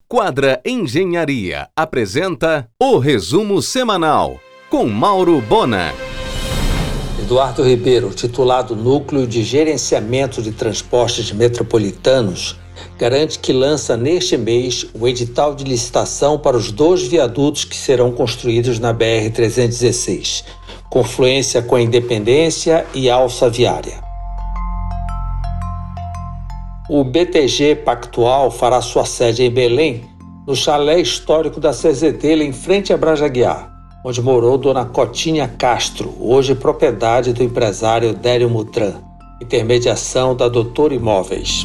Quadra Engenharia apresenta o resumo semanal com Mauro Bona. Eduardo Ribeiro, titulado Núcleo de Gerenciamento de Transportes Metropolitanos, garante que lança neste mês o edital de licitação para os 2 viadutos que serão construídos na BR-316, confluência com a Independência e Alça Viária. O BTG Pactual fará sua sede em Belém, no chalé histórico da CZT, em frente a Brajaguiar, onde morou Dona Cotinha Castro, hoje propriedade do empresário Délio Mutran, intermediação da Doutor Imóveis.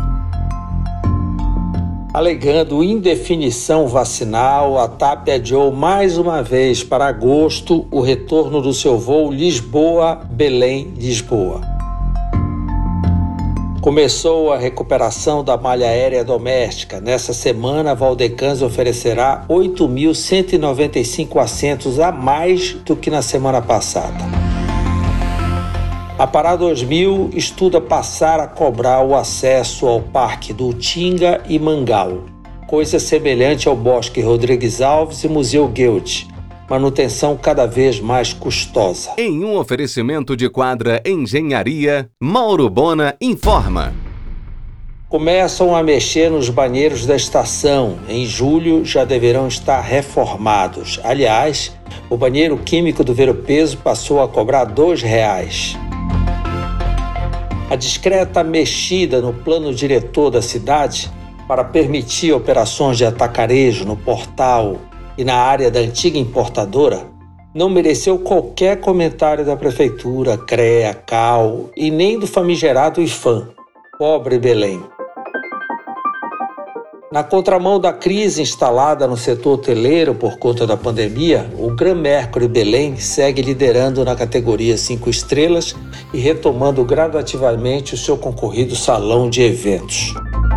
Alegando indefinição vacinal, a TAP adiou mais uma vez para agosto o retorno do seu voo Lisboa-Belém-Lisboa. Começou a recuperação da malha aérea doméstica. Nessa semana, a Valdecans oferecerá 8.195 assentos a mais do que na semana passada. A Pará 2000 estuda passar a cobrar o acesso ao Parque do Utinga e Mangal, coisa semelhante ao Bosque Rodrigues Alves e Museu Goethe. Manutenção cada vez mais custosa. Em um oferecimento de Quadra Engenharia, Mauro Bona informa. Começam a mexer nos banheiros da estação. Em julho já deverão estar reformados. Aliás, o banheiro químico do Ver-o-Peso passou a cobrar R$2. A discreta mexida no plano diretor da cidade para permitir operações de atacarejo no portal e na área da antiga importadora, não mereceu qualquer comentário da Prefeitura, CREA, CAL e nem do famigerado IFAM. Pobre Belém. Na contramão da crise instalada no setor hoteleiro por conta da pandemia, o Gran Mercury Belém segue liderando na categoria 5 estrelas e retomando gradativamente o seu concorrido salão de eventos.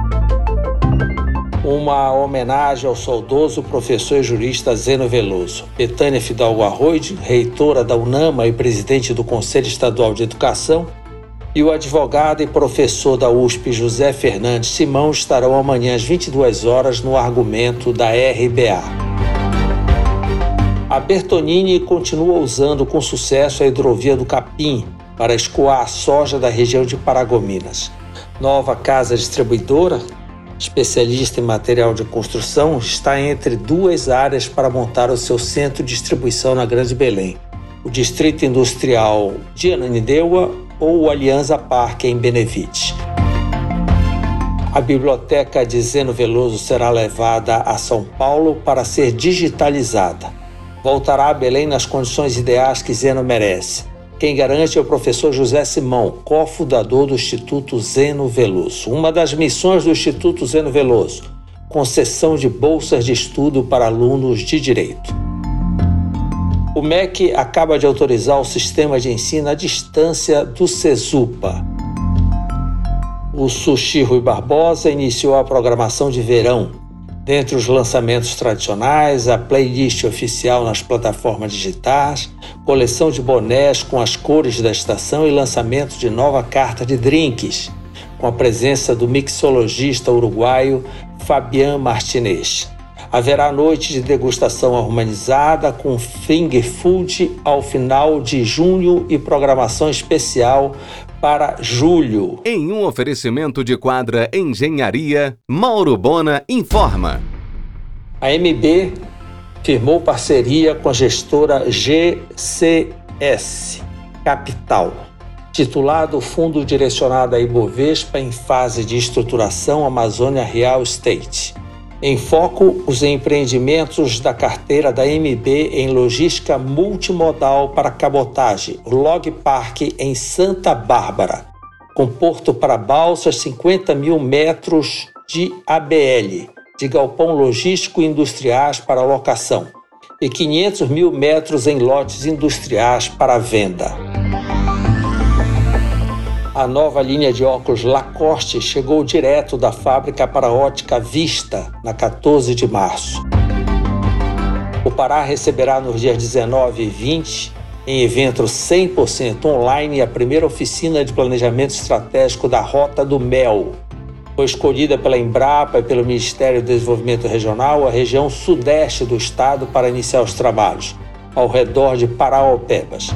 Uma homenagem ao saudoso professor e jurista Zeno Veloso. Betânia Fidalgo Arroide, reitora da UNAMA e presidente do Conselho Estadual de Educação, e o advogado e professor da USP José Fernandes Simão estarão amanhã às 22 horas no argumento da RBA. A Bertonini continua usando com sucesso a hidrovia do Capim para escoar a soja da região de Paragominas. Nova casa distribuidora, especialista em material de construção, está entre 2 áreas para montar o seu centro de distribuição na Grande Belém: o Distrito Industrial de Ananindeua ou o Alianza Parque em Benevite. A biblioteca de Zeno Veloso será levada a São Paulo para ser digitalizada. Voltará a Belém nas condições ideais que Zeno merece. Quem garante é o professor José Simão, cofundador do Instituto Zeno Veloso. Uma das missões do Instituto Zeno Veloso: concessão de bolsas de estudo para alunos de direito. O MEC acaba de autorizar o sistema de ensino à distância do Cesupa. O Sushi Rui Barbosa iniciou a programação de verão. Dentre os lançamentos tradicionais, a playlist oficial nas plataformas digitais, coleção de bonés com as cores da estação e lançamento de nova carta de drinks, com a presença do mixologista uruguaio Fabián Martinez. Haverá noite de degustação harmonizada com finger food ao final de junho e programação especial para julho. Em um oferecimento de Quadra Engenharia, Mauro Bona informa. A MB firmou parceria com a gestora GCS Capital, titulado Fundo Direcionado à Ibovespa em fase de estruturação Amazônia Real Estate. Em foco, os empreendimentos da carteira da MB em logística multimodal para cabotagem, o Log Park em Santa Bárbara, com porto para balsas, 50 mil metros de ABL, de galpão logístico e industriais para locação, e 500 mil metros em lotes industriais para venda. A nova linha de óculos Lacoste chegou direto da fábrica para a Ótica Vista, na 14 de março. O Pará receberá nos dias 19 e 20, em evento 100% online, a primeira oficina de planejamento estratégico da Rota do Mel, Foi escolhida pela Embrapa e pelo Ministério do Desenvolvimento Regional a região sudeste do estado para iniciar os trabalhos, ao redor de Paraopebas.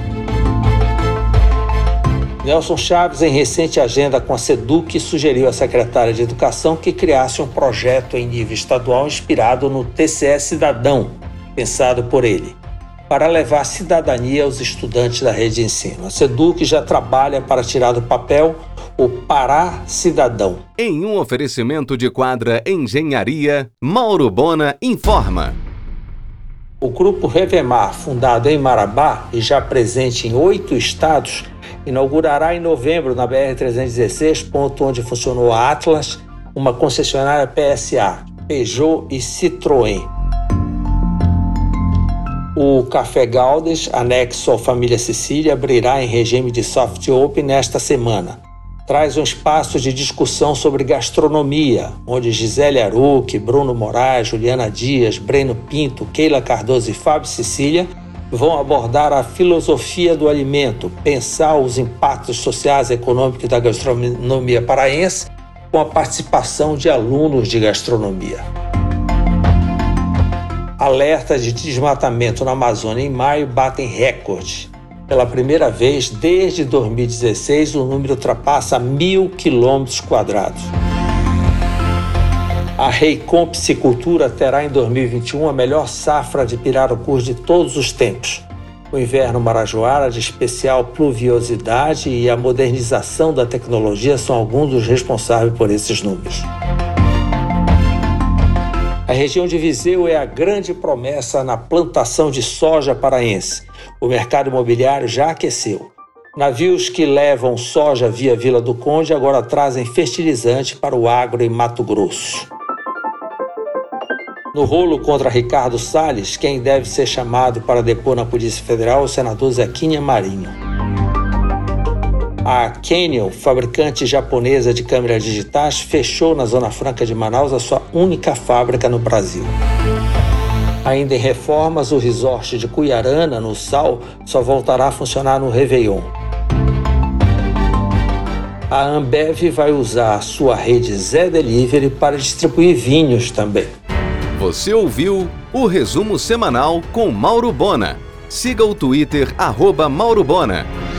Nelson Chaves, em recente agenda com a SEDUC, sugeriu à secretária de Educação que criasse um projeto em nível estadual inspirado no TCE Cidadão, pensado por ele, para levar cidadania aos estudantes da rede de ensino. A SEDUC já trabalha para tirar do papel o Pará Cidadão. Em um oferecimento de Quadra Engenharia, Mauro Bona informa. O Grupo Revemar, fundado em Marabá e já presente em 8 estados, inaugurará em novembro na BR-316, ponto onde funcionou a Atlas, uma concessionária PSA, Peugeot e Citroën. O Café Gaudes, anexo à Família Sicília, abrirá em regime de soft open nesta semana. Traz um espaço de discussão sobre gastronomia, onde Gisele Aruc, Bruno Moraes, Juliana Dias, Breno Pinto, Keila Cardoso e Fábio Sicília vão abordar a filosofia do alimento, pensar os impactos sociais e econômicos da gastronomia paraense, com a participação de alunos de gastronomia. Alertas de desmatamento na Amazônia em maio batem recorde. Pela primeira vez desde 2016, o número ultrapassa 1.000 km². A Reicom Piscicultura terá em 2021 a melhor safra de pirarucus de todos os tempos. O inverno marajoara de especial pluviosidade e a modernização da tecnologia são alguns dos responsáveis por esses números. A região de Viseu é a grande promessa na plantação de soja paraense. O mercado imobiliário já aqueceu. Navios que levam soja via Vila do Conde agora trazem fertilizante para o agro em Mato Grosso. No rolo contra Ricardo Salles, quem deve ser chamado para depor na Polícia Federal é o senador Zequinha Marinho. A Canyon, fabricante japonesa de câmeras digitais, fechou na Zona Franca de Manaus a sua única fábrica no Brasil. Ainda em reformas, o resort de Cuiarana, no Sal, só voltará a funcionar no Réveillon. A Ambev vai usar a sua rede Zé Delivery para distribuir vinhos também. Você ouviu o resumo semanal com Mauro Bona. Siga o Twitter @Mauro Bona.